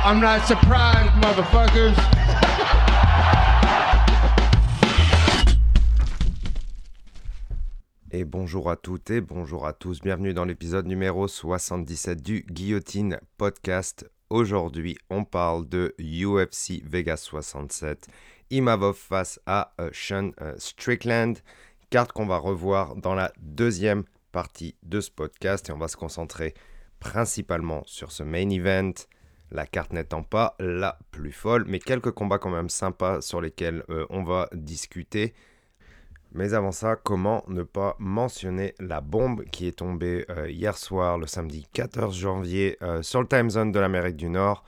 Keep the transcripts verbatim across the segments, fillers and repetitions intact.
I'm not surprised, motherfuckers. Et bonjour à toutes et bonjour à tous, bienvenue dans l'épisode numéro soixante-dix-sept du Guillotine Podcast. Aujourd'hui, on parle de U F C Vegas soixante-sept, Imavov face à uh, Sean uh, Strickland, carte qu'on va revoir dans la deuxième partie de ce podcast et on va se concentrer principalement sur ce main event, la carte n'étant pas la plus folle, mais quelques combats quand même sympas sur lesquels euh, on va discuter. Mais avant ça, comment ne pas mentionner la bombe qui est tombée euh, hier soir, le samedi quatorze janvier, euh, sur le time zone de l'Amérique du Nord,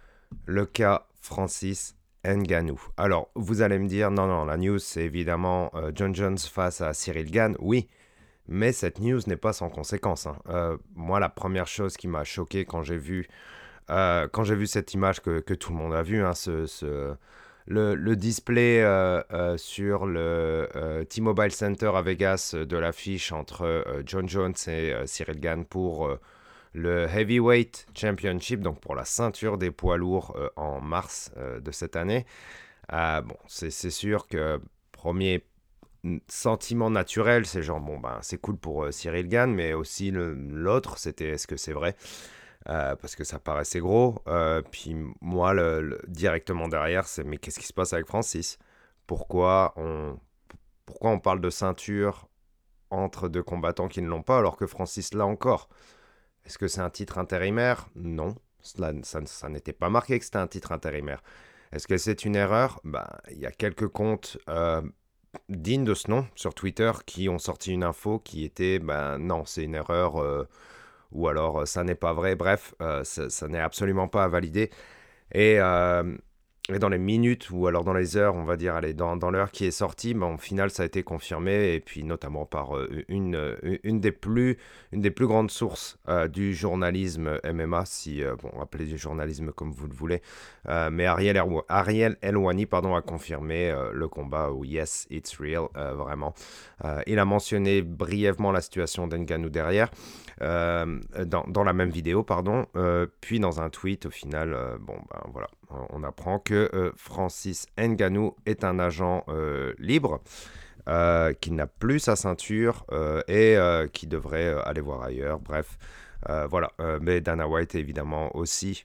le cas Francis Ngannou. Alors, vous allez me dire, non, non, la news, c'est évidemment euh, Jon Jones face à Ciryl Gane, oui, mais cette news n'est pas sans conséquence. Hein. Euh, moi, la première chose qui m'a choqué quand j'ai vu, euh, quand j'ai vu cette image que, que tout le monde a vue, hein, ce... ce Le, le display euh, euh, sur le euh, T-Mobile Center à Vegas euh, de l'affiche entre euh, Jon Jones et euh, Ciryl Gane pour euh, le Heavyweight Championship, donc pour la ceinture des poids lourds euh, en mars euh, de cette année. Euh, bon, c'est, c'est sûr que premier sentiment naturel, c'est genre, bon, ben, c'est cool pour euh, Ciryl Gane, mais aussi le, l'autre, c'était est-ce que c'est vrai ? Euh, parce que ça paraissait gros. Euh, puis moi, le, le, directement derrière, c'est mais qu'est-ce qui se passe avec Francis ? Pourquoi on, pourquoi on parle de ceinture entre deux combattants qui ne l'ont pas alors que Francis l'a encore ? Est-ce que c'est un titre intérimaire ? Non, Cela, ça, ça n'était pas marqué que c'était un titre intérimaire. Est-ce que c'est une erreur ? Bah, il y a quelques comptes euh, dignes de ce nom sur Twitter qui ont sorti une info qui était, ben non, c'est une erreur... Euh, ou alors euh, ça n'est pas vrai, bref, euh, ça, ça n'est absolument pas à valider. Et, euh, et dans les minutes, ou alors dans les heures, on va dire, allez, dans, dans l'heure qui est sortie, ben, au final, ça a été confirmé, et puis notamment par euh, une, une, des plus, une des plus grandes sources euh, du journalisme M M A, si, euh, bon, appelez du journalisme comme vous le voulez, euh, mais Ariel, Erwa- Ariel Helwani, pardon, a confirmé euh, le combat où yes, it's real, euh, vraiment. Euh, il a mentionné brièvement la situation d'Ngannou derrière, euh, dans, dans la même vidéo, pardon, euh, puis dans un tweet, au final, euh, bon, ben voilà, on apprend que euh, Francis Ngannou est un agent euh, libre, euh, qui n'a plus sa ceinture euh, et euh, qui devrait euh, aller voir ailleurs, bref, euh, voilà, euh, mais Dana White évidemment aussi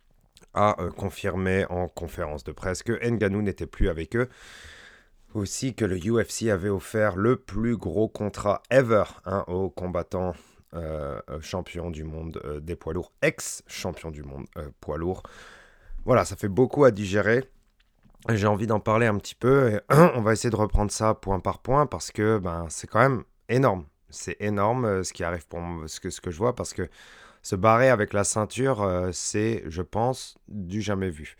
a euh, confirmé en conférence de presse que Ngannou n'était plus avec eux. Aussi que le U F C avait offert le plus gros contrat ever hein, aux combattants euh, champions du monde euh, des poids lourds, ex-champions du monde euh, poids lourds. Voilà, ça fait beaucoup à digérer. J'ai envie d'en parler un petit peu. Et on va essayer de reprendre ça point par point parce que ben, c'est quand même énorme. C'est énorme euh, ce qui arrive pour moi, ce que, ce que je vois parce que se barrer avec la ceinture, euh, c'est, je pense, du jamais vu.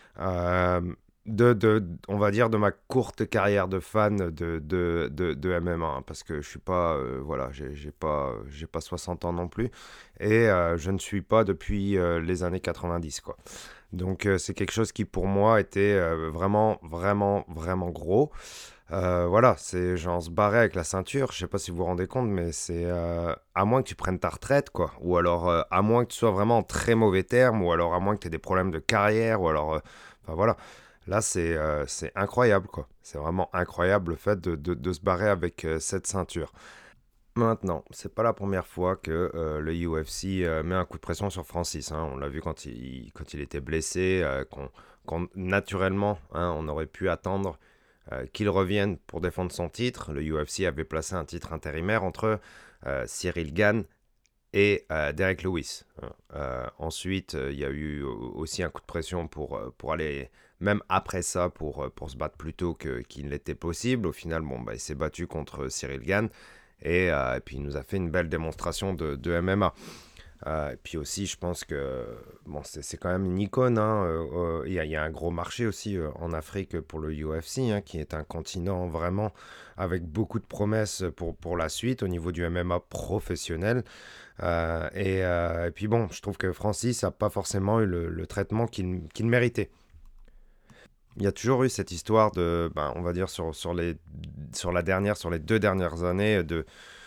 Euh, de, de, on va dire de ma courte carrière de fan de, de, de, de M M A hein, parce que je suis pas, euh, voilà, j'ai, j'ai pas, j'ai pas soixante ans non plus et euh, je ne suis pas depuis euh, les années quatre-vingt-dix quoi. Donc euh, c'est quelque chose qui pour moi était euh, vraiment, vraiment, vraiment gros. Euh, voilà, c'est genre se barrer avec la ceinture, je sais pas si vous vous rendez compte, mais c'est euh, à moins que tu prennes ta retraite, quoi. Ou alors euh, à moins que tu sois vraiment en très mauvais termes, ou alors à moins que tu aies des problèmes de carrière, ou alors... euh, Enfin voilà, là c'est euh, c'est incroyable, quoi. C'est vraiment incroyable le fait de, de, de se barrer avec euh, cette ceinture. Maintenant, c'est pas la première fois que euh, le U F C euh, met un coup de pression sur Francis. Hein. On l'a vu quand il, quand il était blessé, euh, qu'on, qu'on, naturellement, hein, on aurait pu attendre euh, qu'il revienne pour défendre son titre. Le U F C avait placé un titre intérimaire entre euh, Ciryl Gane et euh, Derek Lewis. Euh, ensuite, il euh, y a eu aussi un coup de pression pour, pour aller, même après ça, pour, pour se battre plus tôt que, qu'il n'était possible. Au final, bon, bah, il s'est battu contre Ciryl Gane. Et, euh, et puis il nous a fait une belle démonstration de, de M M A. Euh, et puis aussi, je pense que bon, c'est, c'est quand même une icône. Hein. Euh, il, y a, il y a un gros marché aussi euh, en Afrique pour le U F C, hein, qui est un continent vraiment avec beaucoup de promesses pour, pour la suite au niveau du M M A professionnel. Euh, et, euh, et puis bon, je trouve que Francis n'a pas forcément eu le, le traitement qu'il, qu'il méritait. Il y a toujours eu cette histoire de, ben, on va dire sur, sur, les, sur la dernière, sur les deux dernières années, de,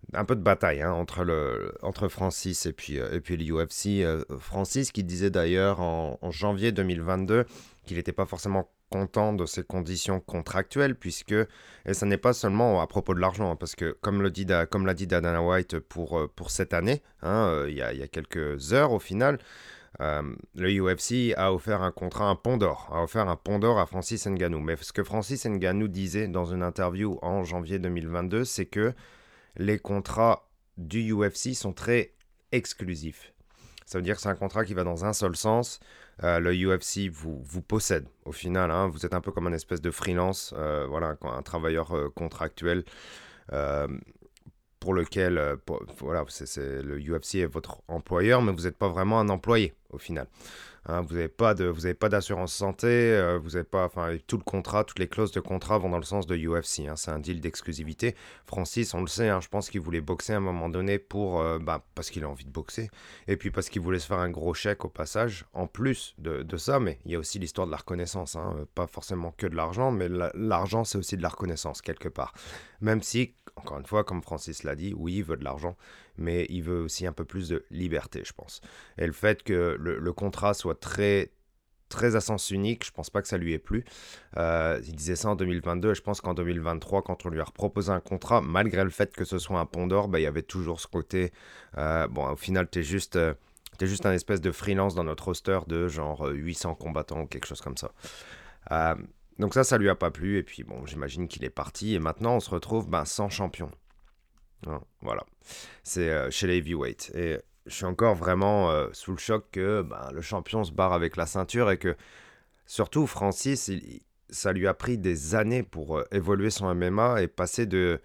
un peu de bataille hein, entre, le, entre Francis et puis, euh, et puis l'U F C. Euh, Francis qui disait d'ailleurs en, en janvier deux mille vingt-deux qu'il n'était pas forcément content de ses conditions contractuelles, puisque, et ça n'est pas seulement à propos de l'argent, hein, parce que comme, le dit, comme l'a dit Dana White pour, euh, pour cette année, hein, euh, il y a, il y a quelques heures au final, euh, le U F C a offert un contrat, un pont d'or, a offert un pont d'or à Francis Ngannou. Mais ce que Francis Ngannou disait dans une interview en janvier deux mille vingt-deux, c'est que les contrats du U F C sont très exclusifs. Ça veut dire que c'est un contrat qui va dans un seul sens. Euh, le U F C vous, vous possède au final. Hein, vous êtes un peu comme un espèce de freelance, euh, voilà, un travailleur euh, contractuel euh, pour lequel euh, pour, voilà, c'est, c'est, le U F C est votre employeur, mais vous n'êtes pas vraiment un employé au final. Hein, vous n'avez pas, de, vous avez pas d'assurance santé, euh, vous avez pas, enfin, tout le contrat, toutes les clauses de contrat vont dans le sens de U F C. Hein, c'est un deal d'exclusivité. Francis, on le sait, hein, je pense qu'il voulait boxer à un moment donné pour, euh, bah, parce qu'il a envie de boxer, et puis parce qu'il voulait se faire un gros chèque au passage, en plus de, de ça. Mais il y a aussi l'histoire de la reconnaissance, hein, pas forcément que de l'argent, mais la, l'argent c'est aussi de la reconnaissance quelque part. Même si, encore une fois, comme Francis l'a dit, oui, il veut de l'argent, mais il veut aussi un peu plus de liberté, je pense. Et le fait que le, le contrat soit très, très à sens unique, je pense pas que ça lui ait plu. Euh, il disait ça en deux mille vingt-deux, et je pense qu'en deux mille vingt-trois, quand on lui a proposé un contrat, malgré le fait que ce soit un pont d'or, bah, il y avait toujours ce côté, euh, bon, au final, t'es juste... Euh, T'es juste un espèce de freelance dans notre roster de genre huit cents combattants ou quelque chose comme ça. Euh, donc ça, ça lui a pas plu. Et puis bon, j'imagine qu'il est parti. Et maintenant, on se retrouve ben, sans champion. Hein, voilà. C'est euh, chez les heavyweights. Et je suis encore vraiment euh, sous le choc que ben, le champion se barre avec la ceinture et que surtout Francis, il, ça lui a pris des années pour euh, évoluer son M M A et passer de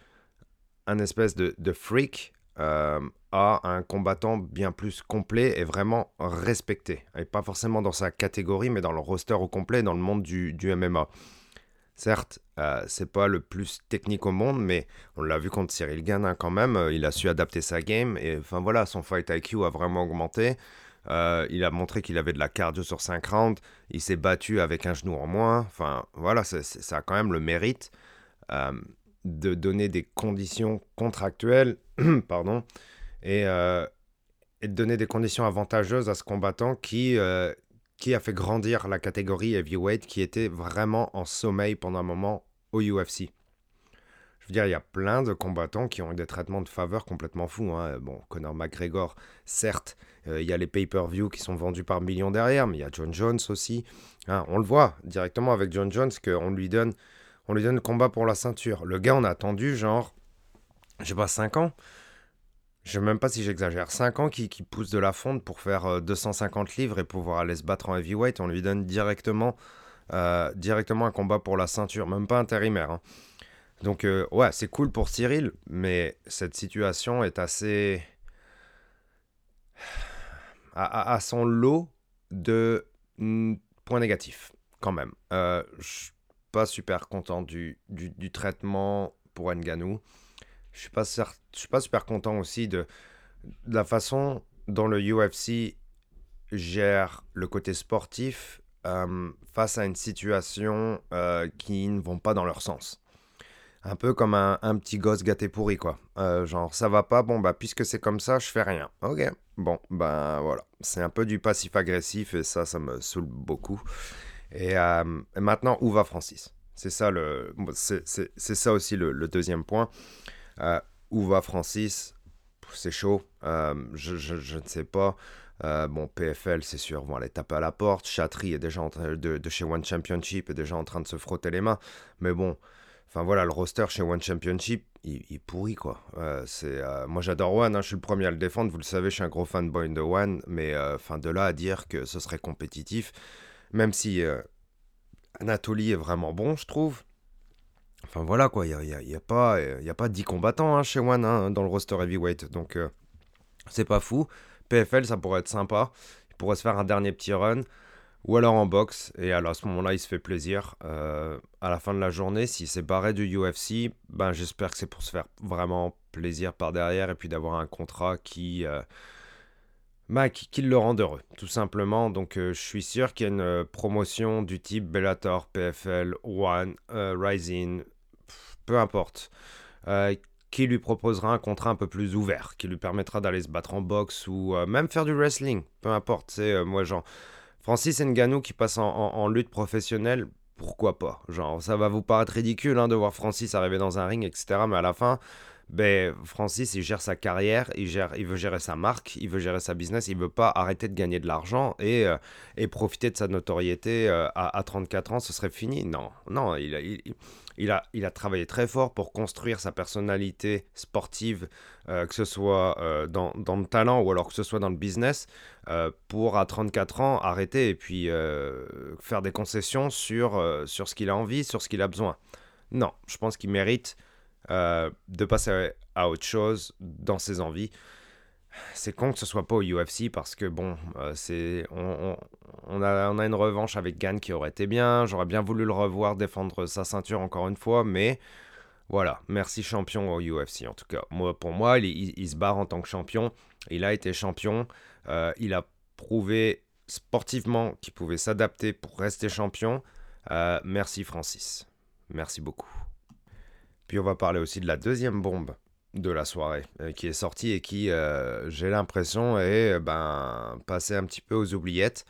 un espèce de, de freak euh, à un combattant bien plus complet et vraiment respecté. Et pas forcément dans sa catégorie, mais dans le roster au complet, dans le monde du, du M M A. Certes, euh, c'est pas le plus technique au monde, mais on l'a vu contre Cyril Gane hein, quand même. Euh, il a su adapter sa game et enfin voilà, son fight I Q a vraiment augmenté. Euh, il a montré qu'il avait de la cardio sur cinq rounds. Il s'est battu avec un genou en moins. Enfin voilà, c'est, c'est, ça a quand même le mérite euh, de donner des conditions contractuelles, pardon, et, euh, et de donner des conditions avantageuses à ce combattant qui, euh, qui a fait grandir la catégorie heavyweight qui était vraiment en sommeil pendant un moment au U F C. Je veux dire, il y a plein de combattants qui ont eu des traitements de faveur complètement fous. Hein. Bon, Conor McGregor, certes, euh, il y a les pay-per-view qui sont vendus par millions derrière, mais il y a John Jones aussi. Hein, on le voit directement avec John Jones qu'on lui donne, on lui donne le combat pour la ceinture. Le gars, on a attendu genre, je sais pas, cinq ans. Je sais même pas si j'exagère. cinq ans qui, qui pousse de la fonte pour faire euh, deux cent cinquante livres et pouvoir aller se battre en heavyweight. On lui donne directement, euh, directement un combat pour la ceinture, même pas intérimaire. Hein. Donc, euh, ouais, c'est cool pour Cyril, mais cette situation est assez. à, à- à son lot de mm, points négatifs, quand même. Euh, je suis pas super content du, du, du traitement pour Ngannou. Je suis pas, cer- je suis pas super content aussi de, de la façon dont le U F C gère le côté sportif euh, face à une situation euh, qui ne vont pas dans leur sens. Un peu comme un, un petit gosse gâté pourri, quoi. Euh, genre, ça va pas, bon, bah, puisque c'est comme ça, je fais rien. Ok, bon, ben voilà. C'est un peu du passif-agressif et ça, ça me saoule beaucoup. Et, euh, et maintenant, où va Francis? C'est ça, le, c'est, c'est, c'est ça aussi le, le deuxième point. Euh, où va Francis? C'est chaud. Euh, je, je, je ne sais pas. Euh, bon, P F L, c'est sûr, vont aller taper à la porte. Chatri est déjà en train de, de chez One Championship est déjà en train de se frotter les mains. Mais bon, enfin voilà, le roster chez One Championship, il, il pourrit quoi. Euh, c'est, euh, moi j'adore One, hein, je suis le premier à le défendre. Vous le savez, je suis un gros fanboy de One. Mais enfin, euh, de là à dire que ce serait compétitif, même si euh, Anatoly est vraiment bon, je trouve. Enfin voilà quoi, il n'y a, y a, y a, pas, y a pas dix combattants hein, chez One hein, dans le roster heavyweight. Donc euh, c'est pas fou. P F L, ça pourrait être sympa. Il pourrait se faire un dernier petit run. Ou alors en boxe. Et alors à ce moment-là, il se fait plaisir. Euh, à la fin de la journée, s'il s'est barré du U F C, ben, j'espère que c'est pour se faire vraiment plaisir par derrière. Et puis d'avoir un contrat qui, euh, ben, qui, qui le rende heureux. Tout simplement. Donc euh, je suis sûr qu'il y a une euh, promotion du type Bellator, P F L, One, euh, Rising. Peu importe. Euh, qui lui proposera un contrat un peu plus ouvert, qui lui permettra d'aller se battre en boxe ou euh, même faire du wrestling, peu importe. C'est euh, moi genre Francis Ngannou qui passe en, en- en lutte professionnelle, pourquoi pas? Genre ça va vous paraître ridicule hein, de voir Francis arriver dans un ring, et cetera. Mais à la fin, ben Francis il gère sa carrière, il gère, il veut gérer sa marque, il veut gérer sa business, il veut pas arrêter de gagner de l'argent et euh, et profiter de sa notoriété euh, à, à trente-quatre ans, ce serait fini. Non, non, il a, il, il a, il a travaillé très fort pour construire sa personnalité sportive, euh, que ce soit euh, dans, dans le talent ou alors que ce soit dans le business, euh, pour à trente-quatre ans arrêter et puis euh, faire des concessions sur, euh, sur ce qu'il a envie, sur ce qu'il a besoin. Non, je pense qu'il mérite euh, de passer à autre chose dans ses envies. C'est con que ce soit pas au U F C parce que bon, euh, c'est on, on, on a, on a une revanche avec Gane qui aurait été bien. J'aurais bien voulu le revoir défendre sa ceinture encore une fois, mais voilà, merci champion au U F C en tout cas. Moi, pour moi, il, il, il se barre en tant que champion. Il a été champion. Euh, il a prouvé sportivement qu'il pouvait s'adapter pour rester champion. Euh, merci Francis. Merci beaucoup. Puis on va parler aussi de la deuxième bombe de la soirée euh, qui est sortie et qui, euh, j'ai l'impression, est euh, ben, passée un petit peu aux oubliettes.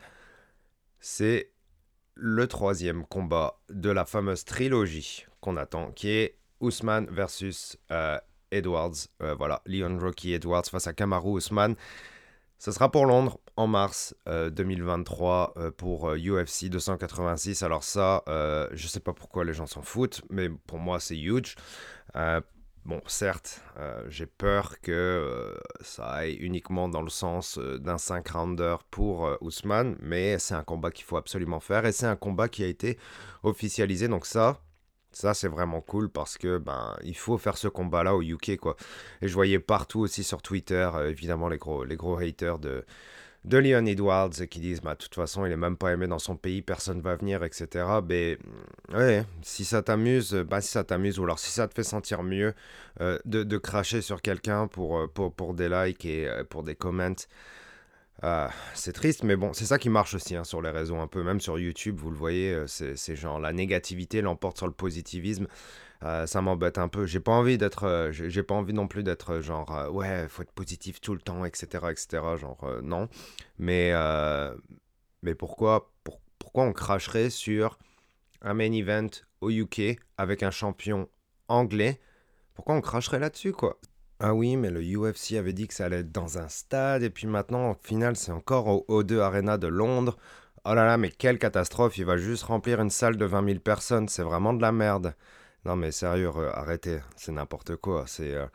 C'est le troisième combat de la fameuse trilogie qu'on attend, qui est Usman versus euh, Edwards. Euh, voilà, Leon Rocky Edwards face à Kamaru Usman. Ce sera pour Londres en mars euh, deux mille vingt-trois euh, pour euh, U F C deux cent quatre-vingt-six. Alors ça, euh, je sais pas pourquoi les gens s'en foutent, mais pour moi c'est huge. Euh, bon, certes, euh, j'ai peur que euh, ça aille uniquement dans le sens euh, d'un cinq rounder pour euh, Usman, mais c'est un combat qu'il faut absolument faire et c'est un combat qui a été officialisé. Donc ça, ça c'est vraiment cool parce que ben il faut faire ce combat-là au U K quoi. Et je voyais partout aussi sur Twitter, euh, évidemment les gros les gros haters de de Leon Edwards qui disent bah de toute façon il est même pas aimé dans son pays, personne va venir, et cetera. Mais ouais, si ça t'amuse, bah si ça t'amuse ou alors si ça te fait sentir mieux euh, de, de cracher sur quelqu'un pour, euh, pour, pour des likes et euh, pour des comments, euh, c'est triste, mais bon, c'est ça qui marche aussi hein, sur les réseaux un peu, même sur YouTube, vous le voyez, euh, c'est, c'est genre la négativité l'emporte sur le positivisme. Euh, ça m'embête un peu. J'ai pas envie d'être, euh, j'ai, j'ai pas envie non plus d'être euh, genre euh, ouais, faut être positif tout le temps, et cetera, et cetera. Genre euh, non. Mais euh, mais pourquoi, pour- pourquoi on cracherait sur un main event au U K avec un champion anglais? Pourquoi on cracherait là-dessus quoi? Ah oui, mais le U F C avait dit que ça allait être dans un stade et puis maintenant, au final, c'est encore au O deux Arena de Londres. Oh là là, mais quelle catastrophe! Il va juste remplir une salle de vingt mille personnes. C'est vraiment de la merde. Non mais sérieux, euh, arrêtez, c'est n'importe quoi. C'est euh,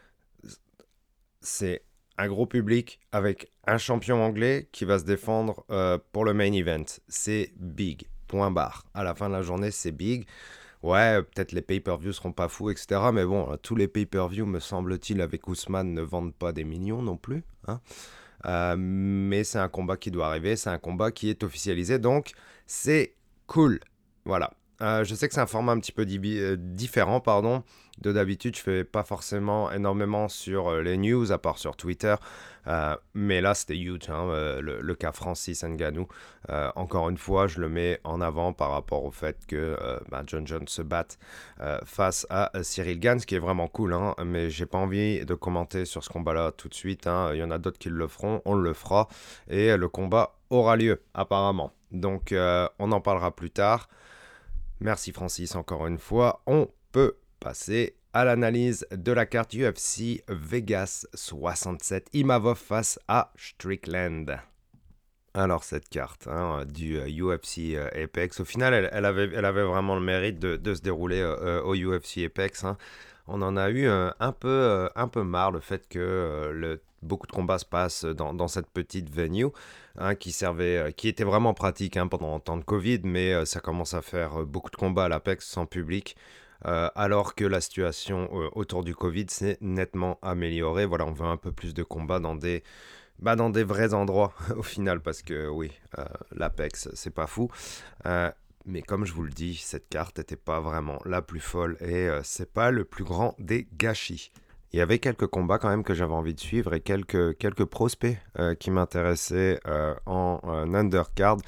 c'est un gros public avec un champion anglais qui va se défendre euh, pour le main event. C'est big, point barre. À la fin de la journée, c'est big. Ouais, euh, peut-être les pay-per-views seront pas fous, et cetera. Mais bon, euh, tous les pay-per-views, me semble-t-il, avec Ousmane, ne vendent pas des millions non plus. Hein. Euh, mais c'est un combat qui doit arriver, c'est un combat qui est officialisé, donc c'est cool. Voilà. Euh, je sais que c'est un format un petit peu dibi- euh, différent, pardon. De d'habitude, je fais pas forcément énormément sur euh, les news, à part sur Twitter. Euh, mais là, c'était huge, hein, euh, le, le cas Francis Ngannou. Euh, encore une fois, je le mets en avant par rapport au fait que euh, bah, John Jones se batte euh, face à euh, Cyril Gane, ce qui est vraiment cool. Hein, mais j'ai pas envie de commenter sur ce combat-là tout de suite. Hein. Il y en a d'autres qui le feront, on le fera. Et euh, le combat aura lieu, apparemment. Donc, euh, on en parlera plus tard. Merci Francis encore une fois. On peut passer à l'analyse de la carte U F C Vegas soixante-sept. Imavov face à Strickland. Alors cette carte hein, du euh, U F C euh, Apex, au final elle, elle, avait, elle avait vraiment le mérite de, de se dérouler euh, au U F C Apex. Hein. On en a eu euh, un, peu, euh, un peu marre le fait que euh, le, beaucoup de combats se passent dans, dans cette petite venue hein, qui, servait, euh, qui était vraiment pratique hein, pendant le temps de Covid, mais euh, ça commence à faire euh, beaucoup de combats à l'Apex sans public. Euh, alors que la situation euh, autour du Covid s'est nettement améliorée. Voilà, on veut un peu plus de combats dans des, bah, dans des vrais endroits au final, parce que oui, euh, l'Apex, c'est pas fou. Euh, mais comme je vous le dis, cette carte n'était pas vraiment la plus folle et euh, c'est pas le plus grand des gâchis. Il y avait quelques combats quand même que j'avais envie de suivre et quelques, quelques prospects euh, qui m'intéressaient euh, en euh, undercard.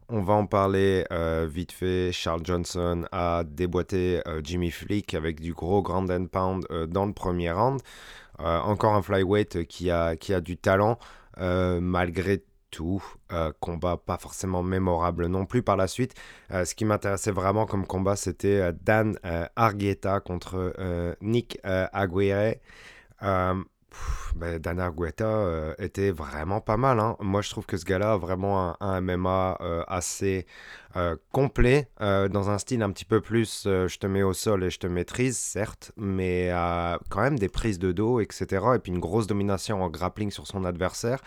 on va en parler euh, vite fait. Charles Johnson a déboîté euh, Jimmy Flick avec du gros ground and pound euh, dans le premier round. Euh, encore un flyweight qui a, qui a du talent, euh, malgré tout. Euh, combat pas forcément mémorable non plus par la suite. Euh, ce qui m'intéressait vraiment comme combat, c'était euh, Dan euh, Argueta contre euh, Nick euh, Aguirre. Euh, pff, ben, Dan Argueta euh, était vraiment pas mal, hein. Moi, je trouve que ce gars-là a vraiment un, un M M A euh, assez euh, complet, euh, dans un style un petit peu plus euh, je te mets au sol et je te maîtrise, certes, mais euh, quand même des prises de dos, et cetera. Et puis une grosse domination en grappling sur son adversaire.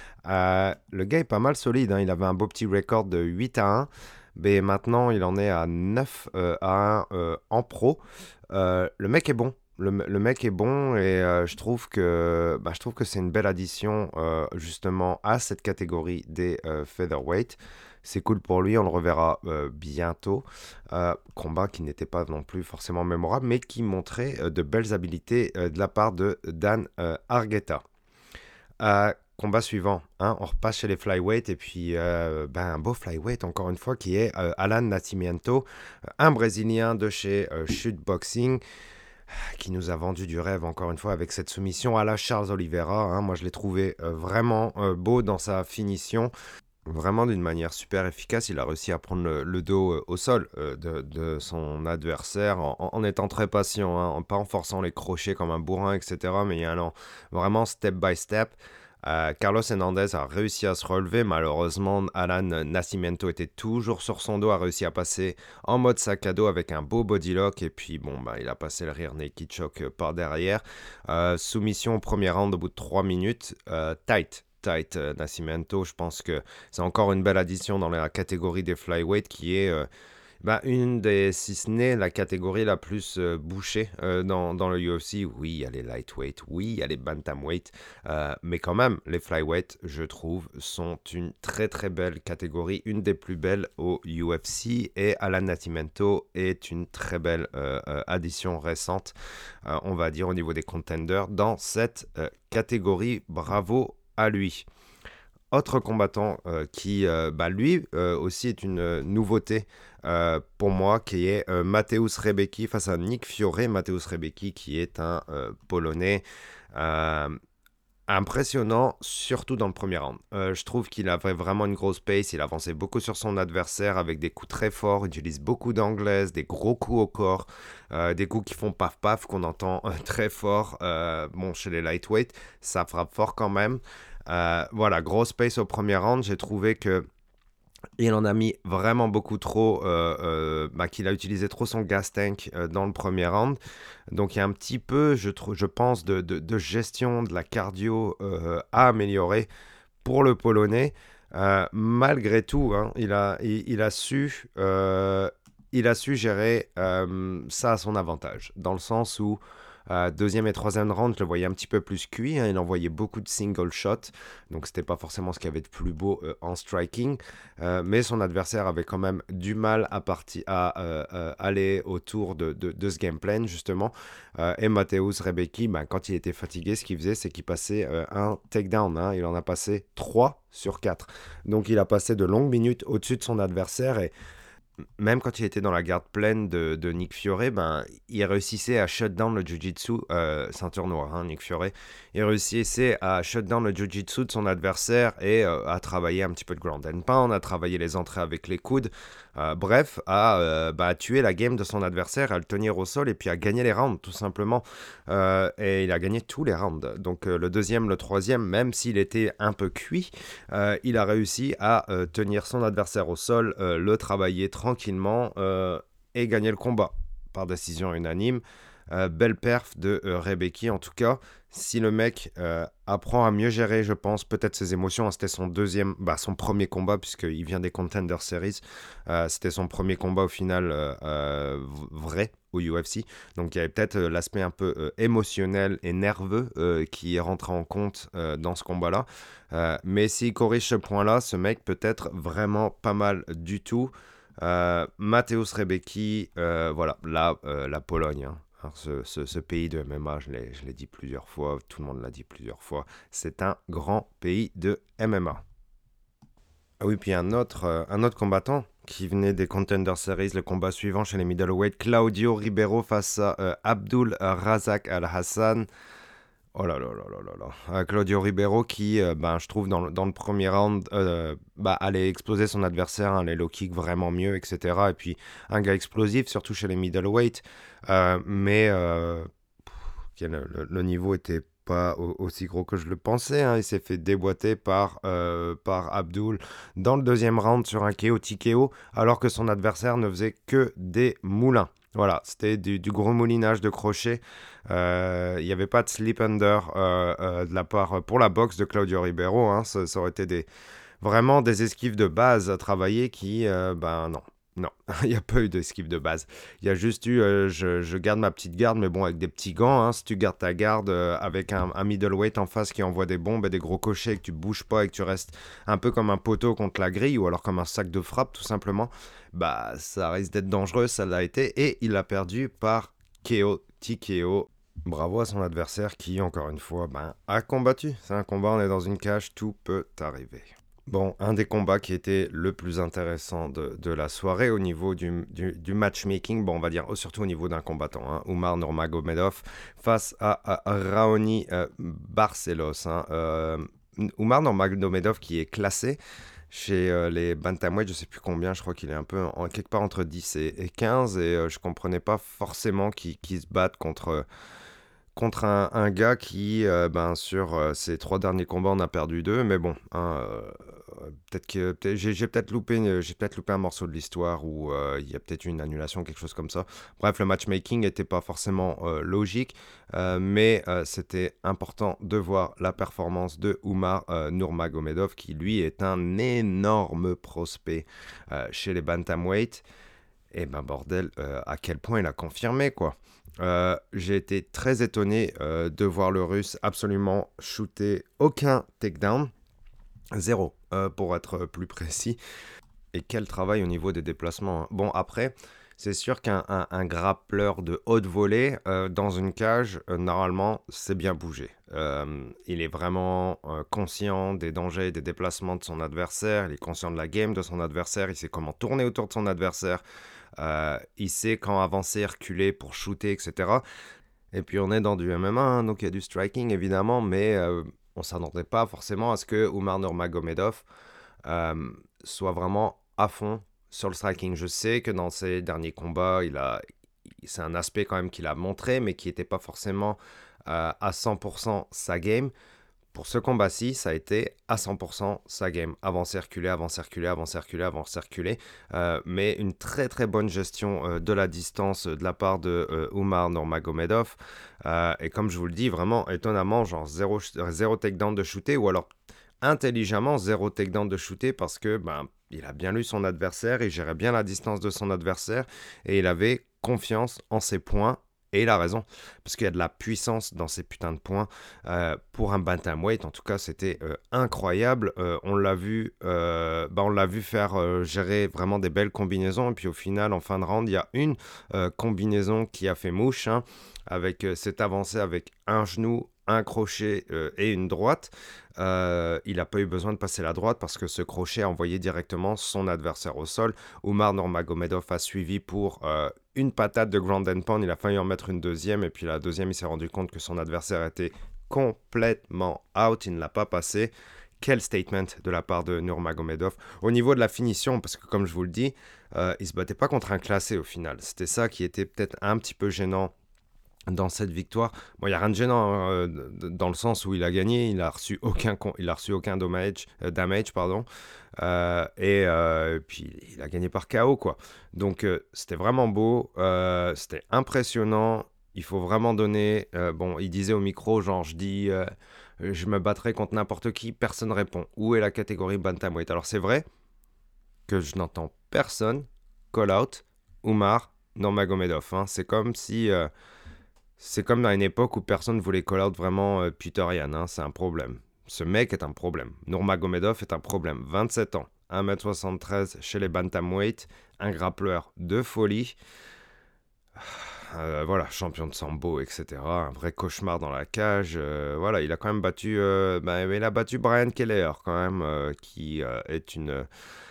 Euh, le gars est pas mal solide, hein. Il avait un beau petit record de huit à un. Mais maintenant, il en est à neuf euh, à un euh, en pro. Euh, le mec est bon. Le, le mec est bon et euh, je trouve que, bah, je trouve que c'est une belle addition euh, justement à cette catégorie des euh, featherweight. C'est cool pour lui, on le reverra euh, bientôt. Euh, combat qui n'était pas non plus forcément mémorable, mais qui montrait euh, de belles habiletés euh, de la part de Dan euh, Argueta. Euh, Combat suivant, hein, on repasse chez les flyweight et puis euh, ben, un beau flyweight encore une fois qui est euh, Alan Nascimento, un Brésilien de chez euh, Shoot Boxing qui nous a vendu du rêve encore une fois avec cette soumission à la Charles Oliveira. Hein. Moi je l'ai trouvé euh, vraiment euh, beau dans sa finition. Vraiment d'une manière super efficace, il a réussi à prendre le, le dos euh, au sol euh, de, de son adversaire en, en étant très patient, hein, en, pas en forçant les crochets comme un bourrin, et cetera. Mais en allant vraiment step by step. Euh, Carlos Hernandez a réussi à se relever. Malheureusement, Alan Nascimento était toujours sur son dos, a réussi à passer en mode sac à dos avec un beau bodylock. Et puis, bon, bah, il a passé le rear naked choke euh, par derrière. Euh, soumission au premier round au bout de trois minutes. Euh, tight. Tight euh, Nascimento, je pense que c'est encore une belle addition dans la catégorie des flyweight qui est euh, bah, une des, si ce n'est la catégorie la plus euh, bouchée euh, dans, dans le U F C. Oui, il y a les lightweight, oui, il y a les bantamweight, euh, mais quand même, les flyweight, je trouve, sont une très très belle catégorie, une des plus belles au U F C, et Alan Nascimento est une très belle euh, euh, addition récente, euh, on va dire, au niveau des contenders dans cette euh, catégorie. Bravo à lui. Autre combattant euh, qui, euh, bah, lui euh, aussi est une euh, nouveauté euh, pour moi, qui est euh, Mateusz Rebecki face à Nick Fiore. Mateusz Rebecki qui est un euh, Polonais euh, impressionnant, surtout dans le premier round. Euh, je trouve qu'il avait vraiment une grosse pace, il avançait beaucoup sur son adversaire avec des coups très forts, il utilise beaucoup d'anglaise, des gros coups au corps, euh, des coups qui font paf paf qu'on entend euh, très fort. Euh, bon, chez les lightweight, ça frappe fort quand même. Euh, voilà, grosse pace au premier round. J'ai trouvé que il en a mis vraiment beaucoup trop, euh, euh, bah, qu'il a utilisé trop son gas tank euh, dans le premier round. Donc il y a un petit peu, je, trou- je pense, de, de, de gestion de la cardio euh, à améliorer pour le Polonais. Euh, malgré tout, hein, il, a, il, il a su, euh, il a su gérer euh, ça à son avantage, dans le sens où euh, deuxième et troisième round, je le voyais un petit peu plus cuit, hein, il envoyait beaucoup de single shots, donc c'était pas forcément ce qu'il y avait de plus beau euh, en striking, euh, mais son adversaire avait quand même du mal à, parti- à euh, euh, aller autour de, de, de ce game plan justement. Euh, et Mateusz Rebecki, ben, quand il était fatigué, ce qu'il faisait, c'est qu'il passait euh, un takedown, hein, il en a passé trois sur quatre, donc il a passé de longues minutes au-dessus de son adversaire. Et même quand il était dans la garde pleine de, de Nick Fiore, ben, il réussissait à shut down le jiu-jitsu, euh, ceinture noire, hein, Nick Fiore, il réussissait à shut down le jiu-jitsu de son adversaire et euh, à travailler un petit peu de ground and pound, à travailler les entrées avec les coudes, euh, bref, à euh, bah, tuer la game de son adversaire, à le tenir au sol et puis à gagner les rounds, tout simplement. Euh, et il a gagné tous les rounds. Donc euh, le deuxième, le troisième, même s'il était un peu cuit, euh, il a réussi à euh, tenir son adversaire au sol, euh, le travailler tranquillement euh, et gagner le combat par décision unanime. Euh, belle perf de euh, Rebecki en tout cas. Si le mec euh, apprend à mieux gérer, je pense, peut-être ses émotions, hein, c'était son deuxième, bah, son premier combat puisqu'il vient des Contender Series. Euh, c'était son premier combat au final euh, euh, vrai au U F C. Donc il y avait peut-être euh, l'aspect un peu euh, émotionnel et nerveux euh, qui est rentré en compte euh, dans ce combat-là. Euh, mais s'il corrige ce point-là, ce mec peut être vraiment pas mal du tout. Euh, Mateusz Rebecki, euh, voilà, là, euh, la Pologne. Hein. Alors ce, ce, ce pays de M M A, je l'ai, je l'ai dit plusieurs fois, tout le monde l'a dit plusieurs fois, c'est un grand pays de M M A. Ah oui, puis un autre, euh, un autre combattant qui venait des Contender Series, le combat suivant chez les middleweight, Claudio Ribeiro face à euh, Abdul Razak Al-Hassan. Oh là là là là là là. Euh, Claudio Ribeiro qui, euh, ben, je trouve, dans le, dans le premier round, euh, bah, allait exploser son adversaire, hein, les low kicks vraiment mieux, et cetera. Et puis, un gars explosif, surtout chez les middleweight. Euh, mais euh, pff, le, le- le niveau était pas au- aussi gros que je le pensais, hein. Il s'est fait déboîter par, euh, par Abdul dans le deuxième round sur un K O T K O, alors que son adversaire ne faisait que des moulins. Voilà, c'était du, du gros moulinage de crochet. Euh, Il n'y avait pas de slip under euh, euh, de la part pour la boxe de Claudio Ribeiro, hein. Ça, ça aurait été des, vraiment des esquives de base à travailler qui, euh, ben non. Non, il n'y a pas eu d'esquive de base. Il y a juste eu, euh, je, je garde ma petite garde, mais bon, avec des petits gants, hein. Si tu gardes ta garde euh, avec un, un middleweight en face qui envoie des bombes et des gros cochers, et que tu bouges pas et que tu restes un peu comme un poteau contre la grille, ou alors comme un sac de frappe, tout simplement, bah ça risque d'être dangereux, ça l'a été, et il a perdu par K O, T K O. Bravo à son adversaire qui, encore une fois, ben, a combattu. C'est un combat, on est dans une cage, tout peut arriver. Bon, un des combats qui était le plus intéressant de, de la soirée au niveau du, du, du matchmaking, bon, on va dire surtout au niveau d'un combattant, hein, Umar Nurmagomedov face à, à Raoni euh, Barcelos. Hein, euh, Umar Nurmagomedov qui est classé chez euh, les bantamweight, je sais plus combien, je crois qu'il est un peu en, quelque part entre dix et, et quinze, et euh, je comprenais pas forcément qu'il qu se batte contre contre un, un gars qui, euh, ben, sur euh, ses trois derniers combats, en a perdu deux. Mais bon, hein, euh, peut-être que peut j'ai, j'ai peut-être loupé, une- j'ai peut-être loupé un morceau de l'histoire où euh, il y a peut-être eu une annulation, quelque chose comme ça. Bref, le matchmaking n'était pas forcément euh, logique, euh, mais euh, c'était important de voir la performance de Umar euh, Nurmagomedov, qui lui est un énorme prospect euh, chez les bantamweight. Et ben bordel, euh, à quel point il a confirmé, quoi. Euh, j'ai été très étonné euh, de voir le Russe absolument shooter aucun takedown. Zéro, euh, pour être plus précis. Et quel travail au niveau des déplacements, hein. Bon, après, c'est sûr qu'un un, un grappleur de haute volée euh, dans une cage, euh, normalement, c'est bien bougé. Euh, il est vraiment euh, conscient des dangers, des déplacements de son adversaire. Il est conscient de la game de son adversaire. Il sait comment tourner autour de son adversaire. Euh, il sait quand avancer, reculer pour shooter, et cetera. Et puis on est dans du M M A, hein, donc il y a du striking évidemment, mais euh, on ne s'attendait pas forcément à ce que Umar Nurmagomedov euh, soit vraiment à fond sur le striking. Je sais que dans ses derniers combats, il a, c'est un aspect quand même qu'il a montré, mais qui n'était pas forcément euh, à cent pour cent sa game. Pour ce combat-ci, ça a été à cent pour cent sa game. Avant circuler, avant circuler, avant circuler, avant circuler. Euh, mais une très très bonne gestion euh, de la distance euh, de la part de euh, Umar Nurmagomedov. Euh, et comme je vous le dis, vraiment étonnamment, genre zéro, zéro takedown de shooter, ou alors intelligemment zéro takedown de shooter parce que ben, il a bien lu son adversaire, il gérait bien la distance de son adversaire et il avait confiance en ses points. Et il a raison, parce qu'il y a de la puissance dans ces putains de points. Euh, pour un bantamweight, en tout cas, c'était euh, incroyable. Euh, on l'a vu, euh, bah, on l'a vu faire euh, gérer vraiment des belles combinaisons. Et puis au final, en fin de round, il y a une euh, combinaison qui a fait mouche, hein, avec euh, cette avancée avec un genou, un crochet euh, et une droite. Euh, il n'a pas eu besoin de passer la droite parce que ce crochet a envoyé directement son adversaire au sol. Umar Nurmagomedov a suivi pour euh, une patate de ground and pound. Il a failli en mettre une deuxième et puis la deuxième, il s'est rendu compte que son adversaire était complètement out. Il ne l'a pas passé. Quel statement de la part de Nurmagomedov. Au niveau de la finition, parce que comme je vous le dis, euh, il ne se battait pas contre un classé au final. C'était ça qui était peut-être un petit peu gênant dans cette victoire. Bon, il n'y a rien de gênant euh, dans le sens où il a gagné, il a reçu aucun, il a reçu aucun damage, euh, damage pardon, euh, et euh, puis il a gagné par K O, quoi. Donc euh, c'était vraiment beau, euh, c'était impressionnant. Il faut vraiment donner. Euh, bon, il disait au micro, genre, je dis, euh, je me battrai contre n'importe qui, personne répond. Où est la catégorie bantamweight? Alors c'est vrai que je n'entends personne call out Umar Nurmagomedov. Hein. C'est comme si euh, c'est comme dans une époque où personne voulait call out vraiment euh, Peter Yan, hein, c'est un problème. Ce mec est un problème. Nurmagomedov est un problème. vingt-sept ans, un mètre soixante-treize chez les bantamweight, un grappleur de folie. euh, voilà, champion de sambo, et cetera. Un vrai cauchemar dans la cage. Euh, voilà, il a quand même battu, euh, bah, il a battu Brian Kelleher quand même, euh, qui euh, est une,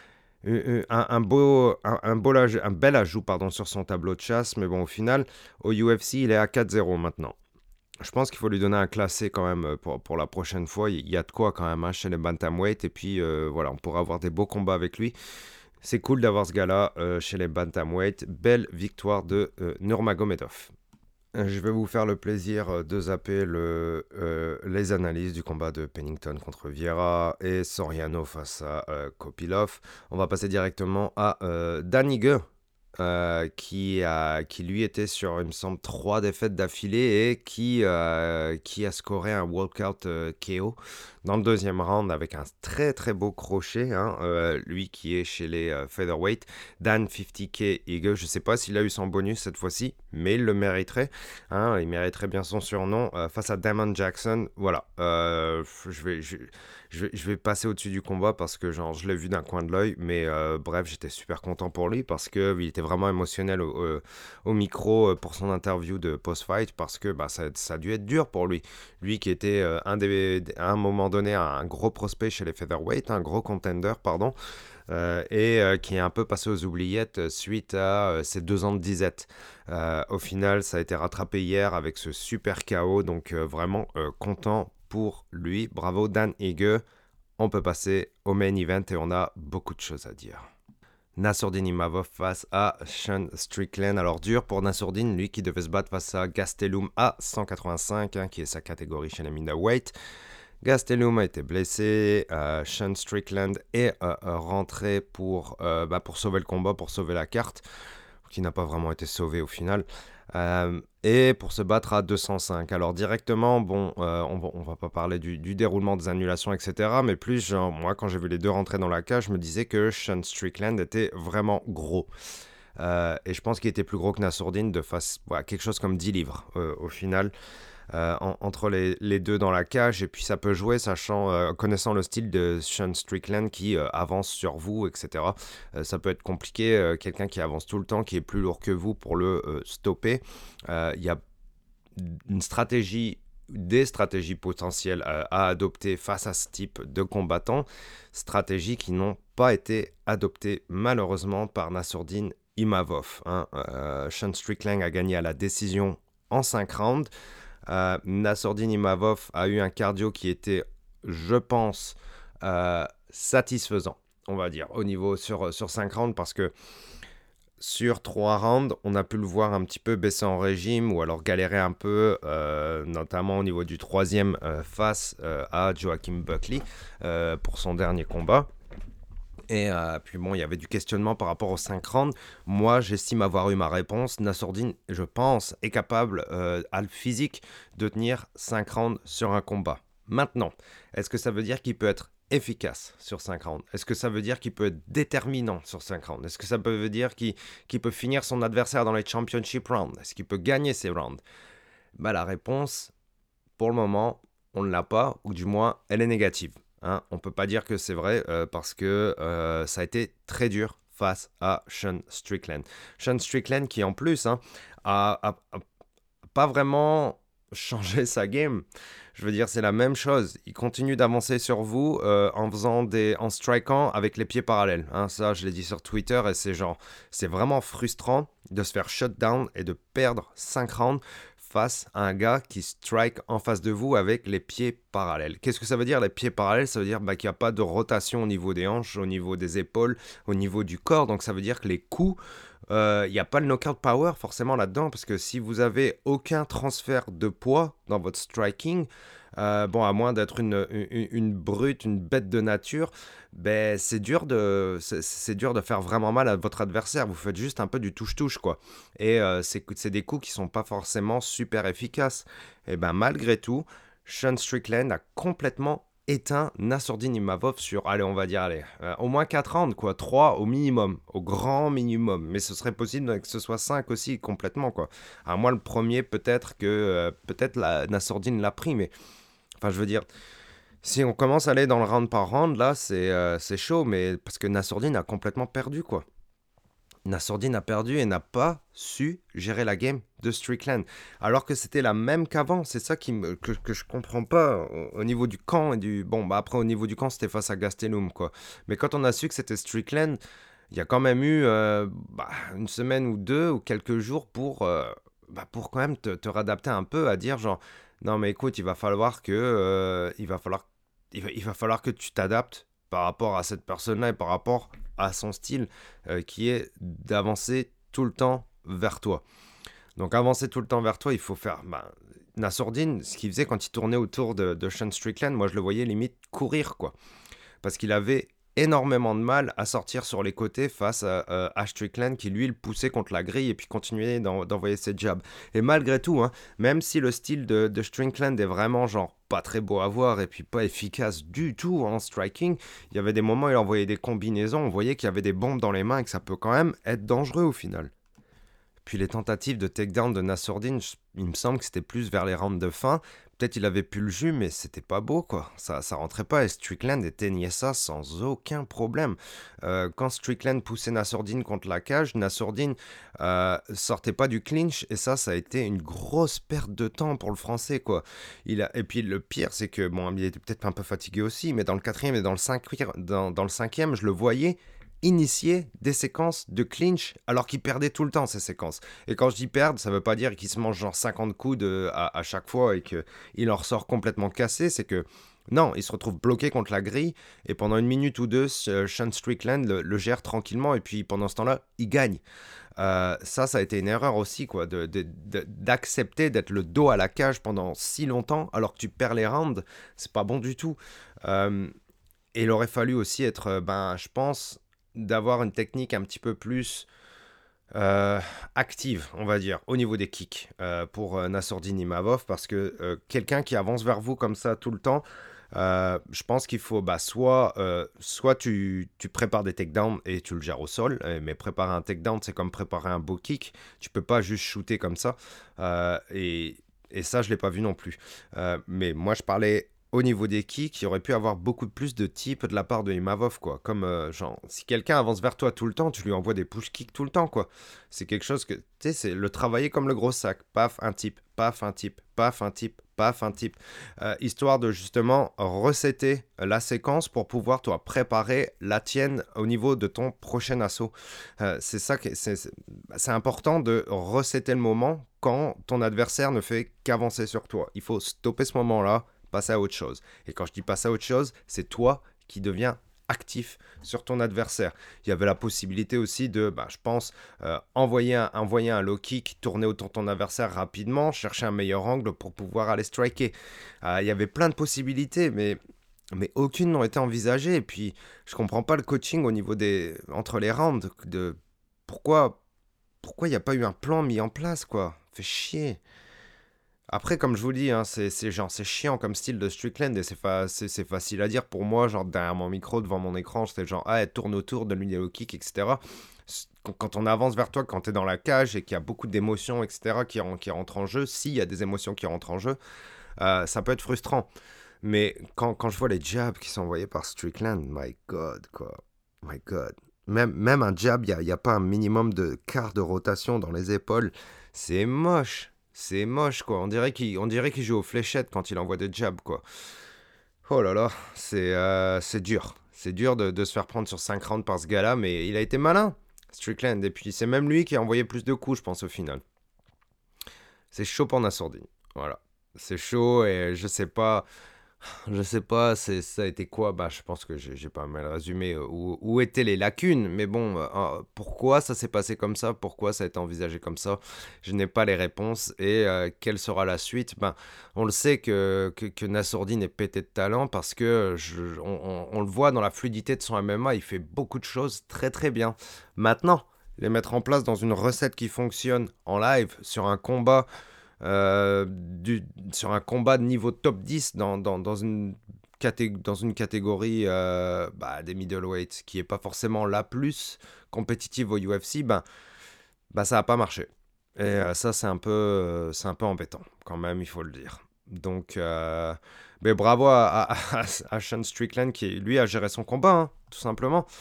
une- un, un beau, un, un beau aj- un bel ajout pardon, sur son tableau de chasse. Mais bon, au final, au U F C, il est à quatre zéro maintenant. Je pense qu'il faut lui donner un classé quand même euh, pour, pour la prochaine fois. Il y a de quoi quand même hein, chez les bantamweight. Et puis euh, voilà, on pourra avoir des beaux combats avec lui. C'est cool d'avoir ce gars-là euh, chez les bantamweight. Belle victoire de euh, Nurmagomedov. Euh, Je vais vous faire le plaisir euh, de zapper le, euh, les analyses du combat de Pennington contre Vieira et Soriano face à euh, Kopilov. On va passer directement à euh, Dan Ige, euh, qui, a, qui lui était sur, il me semble, trois défaites d'affilée et qui, euh, qui a scoré un walkout euh, K O dans le deuxième round avec un très très beau crochet. Hein, euh, lui qui est chez les euh, featherweight. Dan cinquante K Ige, je ne sais pas s'il a eu son bonus cette fois-ci, mais il le mériterait. Hein, il mériterait bien son surnom euh, face à Damon Jackson. Voilà, euh, je vais... Je, je vais, je vais passer au-dessus du combat parce que genre, je l'ai vu d'un coin de l'œil, mais euh, bref, j'étais super content pour lui parce qu'il était vraiment émotionnel au, au, au micro pour son interview de post-fight parce que bah, ça, ça a dû être dur pour lui. Lui qui était euh, un des, à un moment donné un gros prospect chez les featherweight, un gros contender, pardon, euh, et euh, qui est un peu passé aux oubliettes suite à euh, ses deux ans de disette. Euh, au final, ça a été rattrapé hier avec ce super K O, donc euh, vraiment euh, content pour lui. Bravo Dan Ige. On peut passer au main event et on a beaucoup de choses à dire. Nassourdine Imavov face à Sean Strickland. Alors dur pour Nassourdine, lui qui devait se battre face à Gastelum à cent quatre-vingt-cinq, hein, qui est sa catégorie chez les middleweight. Gastelum a été blessé, euh, Sean Strickland est euh, rentré pour, euh, bah, pour sauver le combat, pour sauver la carte, qui n'a pas vraiment été sauvé au final. Euh, et pour se battre à deux cent cinq. Alors directement, bon, euh, on, va, on va pas parler du, du déroulement des annulations, et cetera. Mais plus, genre, moi, quand j'ai vu les deux rentrer dans la cage, je me disais que Sean Strickland était vraiment gros. Euh, et je pense qu'il était plus gros que Nassourdine de face, voilà, quelque chose comme dix livres euh, au final. Euh, en, entre les, les deux dans la cage, et puis ça peut jouer, sachant, euh, connaissant le style de Sean Strickland qui euh, avance sur vous, et cetera. Euh, ça peut être compliqué, euh, quelqu'un qui avance tout le temps, qui est plus lourd que vous pour le euh, stopper. Il euh, y a une stratégie, des stratégies potentielles euh, à adopter face à ce type de combattants, stratégies qui n'ont pas été adoptées malheureusement par Nassourdine Imavov. Hein. Euh, Sean Strickland a gagné à la décision en cinq rounds. Euh, Nassourdine Imavov a eu un cardio qui était, je pense, euh, satisfaisant, on va dire, au niveau sur, sur cinq rounds, parce que sur trois rounds, on a pu le voir un petit peu baisser en régime ou alors galérer un peu, euh, notamment au niveau du troisième euh, face euh, à Joaquin Buckley euh, pour son dernier combat. Et euh, puis bon, il y avait du questionnement par rapport aux cinq rounds. Moi, j'estime avoir eu ma réponse. Nassourdine, je pense, est capable, euh, à le physique, de tenir cinq rounds sur un combat. Maintenant, est-ce que ça veut dire qu'il peut être efficace sur cinq rounds? Est-ce que ça veut dire qu'il peut être déterminant sur cinq rounds? Est-ce que ça peut dire qu'il, qu'il peut finir son adversaire dans les championship rounds? Est-ce qu'il peut gagner ces rounds? Bah, la réponse, pour le moment, on ne l'a pas, ou du moins, elle est négative. Hein, on ne peut pas dire que c'est vrai euh, parce que euh, ça a été très dur face à Sean Strickland. Sean Strickland qui en plus hein, a, a, a pas vraiment changé sa game. Je veux dire, c'est la même chose. Il continue d'avancer sur vous euh, en faisant des, en strikant avec les pieds parallèles. Hein, ça, je l'ai dit sur Twitter et c'est genre, c'est vraiment frustrant de se faire shut down et de perdre cinq rounds face à un gars qui strike en face de vous avec les pieds parallèles. Qu'est-ce que ça veut dire les pieds parallèles? Ça veut dire bah, qu'il n'y a pas de rotation au niveau des hanches, au niveau des épaules, au niveau du corps. Donc ça veut dire que les coups, il euh, n'y a pas le knockout power forcément là-dedans, parce que si vous avez aucun transfert de poids dans votre striking, euh, bon, à moins d'être une, une, une brute, une bête de nature, ben, c'est dur de, c'est, c'est dur de faire vraiment mal à votre adversaire. Vous faites juste un peu du touche-touche, quoi. Et euh, c'est, c'est des coups qui sont pas forcément super efficaces. Et ben, malgré tout, Sean Strickland a complètement éteint Nassourdine Imavov sur, allez, on va dire, allez, euh, au moins quatre rounds, quoi. trois au minimum, au grand minimum. Mais ce serait possible que ce soit cinq aussi, complètement, quoi. À moi, le premier, peut-être que, euh, peut-être la Nassourdine l'a pris, mais, enfin, je veux dire, si on commence à aller dans le round par round, là, c'est, euh, c'est chaud, mais parce que Nassourdine a complètement perdu, quoi. Nassourdine a perdu et n'a pas su gérer la game de Strickland. Alors que c'était la même qu'avant. C'est ça qui me, que, que je comprends pas au, au niveau du camp et du... Bon, bah après, au niveau du camp, c'était face à Gastelum, quoi. Mais quand on a su que c'était Strickland, il y a quand même eu euh, bah, une semaine ou deux ou quelques jours pour, euh, bah, pour quand même te, te réadapter un peu à dire genre, non mais écoute, il va falloir que, euh, il va falloir, il va, il va falloir que tu t'adaptes par rapport à cette personne-là et par rapport à son style euh, qui est d'avancer tout le temps vers toi. Donc avancer tout le temps vers toi, il faut faire... Bah, Nassourdine, ce qu'il faisait quand il tournait autour de, de Sean Strickland, moi je le voyais limite courir, quoi. Parce qu'il avait énormément de mal à sortir sur les côtés face à, euh, à Strickland qui lui le poussait contre la grille et puis continuait d'en, d'envoyer ses jabs. Et malgré tout, hein, même si le style de, de Strickland est vraiment genre pas très beau à voir et puis pas efficace du tout en striking, il y avait des moments où il envoyait des combinaisons, on voyait qu'il y avait des bombes dans les mains et que ça peut quand même être dangereux au final. Puis les tentatives de takedown de Nassourdine, il me semble que c'était plus vers les rounds de fin. Peut-être il avait pu le jus, mais c'était pas beau, quoi. Ça, ça rentrait pas et Strickland éteignait ça sans aucun problème. Euh, quand Strickland poussait Nassourdine contre la cage, Nassourdine euh, sortait pas du clinch et ça, ça a été une grosse perte de temps pour le Français, quoi. Il a... Et puis le pire, c'est que, bon, il était peut-être un peu fatigué aussi, mais dans le quatrième et dans le, cinq... dans, dans le cinquième, je le voyais initier des séquences de clinch alors qu'il perdait tout le temps ces séquences. Et quand je dis perdre, ça veut pas dire qu'il se mange genre cinquante coups de, à, à chaque fois et qu'il en ressort complètement cassé, c'est que non, il se retrouve bloqué contre la grille et pendant une minute ou deux, Sean Strickland le, le gère tranquillement et puis pendant ce temps-là, il gagne. Euh, ça, ça a été une erreur aussi, quoi, de, de, de, d'accepter d'être le dos à la cage pendant si longtemps alors que tu perds les rounds, c'est pas bon du tout. Euh, et il aurait fallu aussi être, ben, je pense, d'avoir une technique un petit peu plus euh, active, on va dire, au niveau des kicks euh, pour euh, Nassourdine Imavov, parce que euh, quelqu'un qui avance vers vous comme ça tout le temps, euh, je pense qu'il faut bah, soit, euh, soit tu, tu prépares des takedowns et tu le gères au sol, mais préparer un takedown, c'est comme préparer un beau kick, tu peux pas juste shooter comme ça, euh, et, et ça, je l'ai pas vu non plus. Euh, mais moi, je parlais au niveau des kicks, il aurait pu avoir beaucoup plus de types de la part de Imavov, quoi. Comme, euh, genre, si quelqu'un avance vers toi tout le temps, tu lui envoies des push kicks tout le temps, quoi. C'est quelque chose que, tu sais, c'est le travailler comme le gros sac. Paf, un type, paf, un type, paf, un type, paf, un type. Euh, histoire de, justement, resetter la séquence pour pouvoir, toi, préparer la tienne au niveau de ton prochain assaut. Euh, c'est ça que, c'est, c'est, c'est important de resetter le moment quand ton adversaire ne fait qu'avancer sur toi. Il faut stopper ce moment-là, passer à autre chose. Et quand je dis passer à autre chose, c'est toi qui deviens actif sur ton adversaire. Il y avait la possibilité aussi de, bah, je pense, euh, envoyer, un, envoyer un low kick, tourner autour de ton adversaire rapidement, chercher un meilleur angle pour pouvoir aller striker. Euh, il y avait plein de possibilités, mais, mais aucune n'ont été envisagées. Et puis, je comprends pas le coaching au niveau des... entre les rounds. De, pourquoi pourquoi il n'y a pas eu un plan mis en place, quoi? Fait chier. Après, comme je vous dis, hein, c'est, c'est, genre, c'est chiant comme style de Strickland et c'est, fa- c'est, c'est facile à dire pour moi, genre derrière mon micro, devant mon écran, c'était genre, ah, elle tourne autour, donne-lui des low kicks, et cetera. Quand, quand on avance vers toi, quand tu es dans la cage et qu'il y a beaucoup d'émotions, et cetera, qui, en- qui rentrent en jeu, s'il y a des émotions qui rentrent en jeu, euh, ça peut être frustrant. Mais quand, quand je vois les jabs qui sont envoyés par Strickland, my God, quoi. My God. Même, même un jab, il n'y a, y a pas un minimum de quart de rotation dans les épaules. C'est moche. C'est moche, quoi. On dirait qu'il, on dirait qu'il joue aux fléchettes quand il envoie des jabs, quoi. Oh là là, c'est, euh, c'est dur. C'est dur de, de se faire prendre sur cinq rounds par ce gars-là, mais il a été malin, Strickland. Et puis, c'est même lui qui a envoyé plus de coups, je pense, au final. C'est chaud pour Nassourdine. Voilà. C'est chaud et je sais pas... Je sais pas, c'est, ça a été quoi? Bah, je pense que j'ai, j'ai pas mal résumé euh, où, où étaient les lacunes, mais bon, euh, euh, pourquoi ça s'est passé comme ça? Pourquoi ça a été envisagé comme ça? Je n'ai pas les réponses. Et euh, quelle sera la suite? Ben, on le sait que, que, que Nassourdine est pété de talent parce que je, on, on, on le voit dans la fluidité de son M M A, il fait beaucoup de choses très très bien. Maintenant, les mettre en place dans une recette qui fonctionne en live sur un combat. Euh, du, sur un combat de niveau top dix dans, dans, dans, une, caté- dans une catégorie euh, bah, des middleweights qui n'est pas forcément la plus compétitive au U F C, ben, bah, ça n'a pas marché. Et euh, ça, c'est un, peu, euh, c'est un peu embêtant, quand même, il faut le dire. Donc, euh, mais bravo à, à, à Sean Strickland qui, lui, a géré son combat, hein, tout simplement.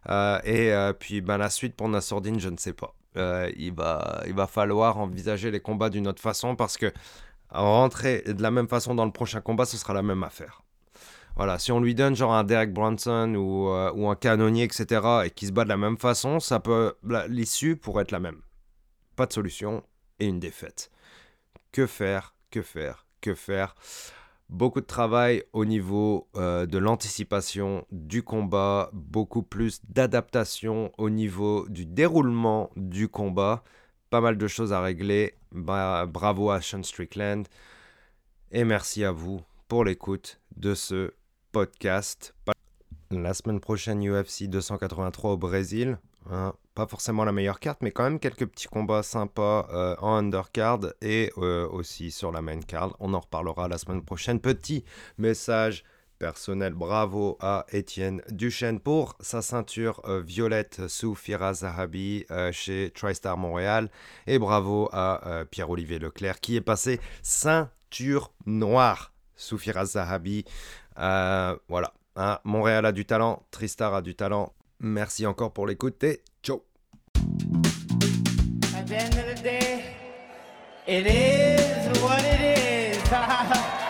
Euh, et euh, puis ben, la suite pour Nassourdine, je ne sais pas. Euh, il, va, il va falloir envisager les combats d'une autre façon parce que rentrer de la même façon dans le prochain combat, ce sera la même affaire. Voilà, si on lui donne genre un Derek Brunson ou, euh, ou un canonnier, et cetera, et qu'il se bat de la même façon, ça peut, la, l'issue pourrait être la même. Pas de solution et une défaite. Que faire, que faire, que faire ? Beaucoup de travail au niveau euh, de l'anticipation du combat, beaucoup plus d'adaptation au niveau du déroulement du combat. Pas mal de choses à régler. Bah, bravo à Sean Strickland. Et merci à vous pour l'écoute de ce podcast. La semaine prochaine, U F C deux cent quatre-vingt-trois au Brésil. Hein, pas forcément la meilleure carte, mais quand même quelques petits combats sympas euh, en undercard et euh, aussi sur la main card. On en reparlera la semaine prochaine. Petit message personnel, bravo à Étienne Duchesne pour sa ceinture euh, violette sous Firas Zahabi euh, chez TriStar Montréal. Et bravo à euh, Pierre-Olivier Leclerc qui est passé ceinture noire sous Firas Zahabi. Euh, voilà. Hein, Montréal a du talent, TriStar a du talent. Merci encore pour l'écoute et ciao. At the end of the day, it is what it is.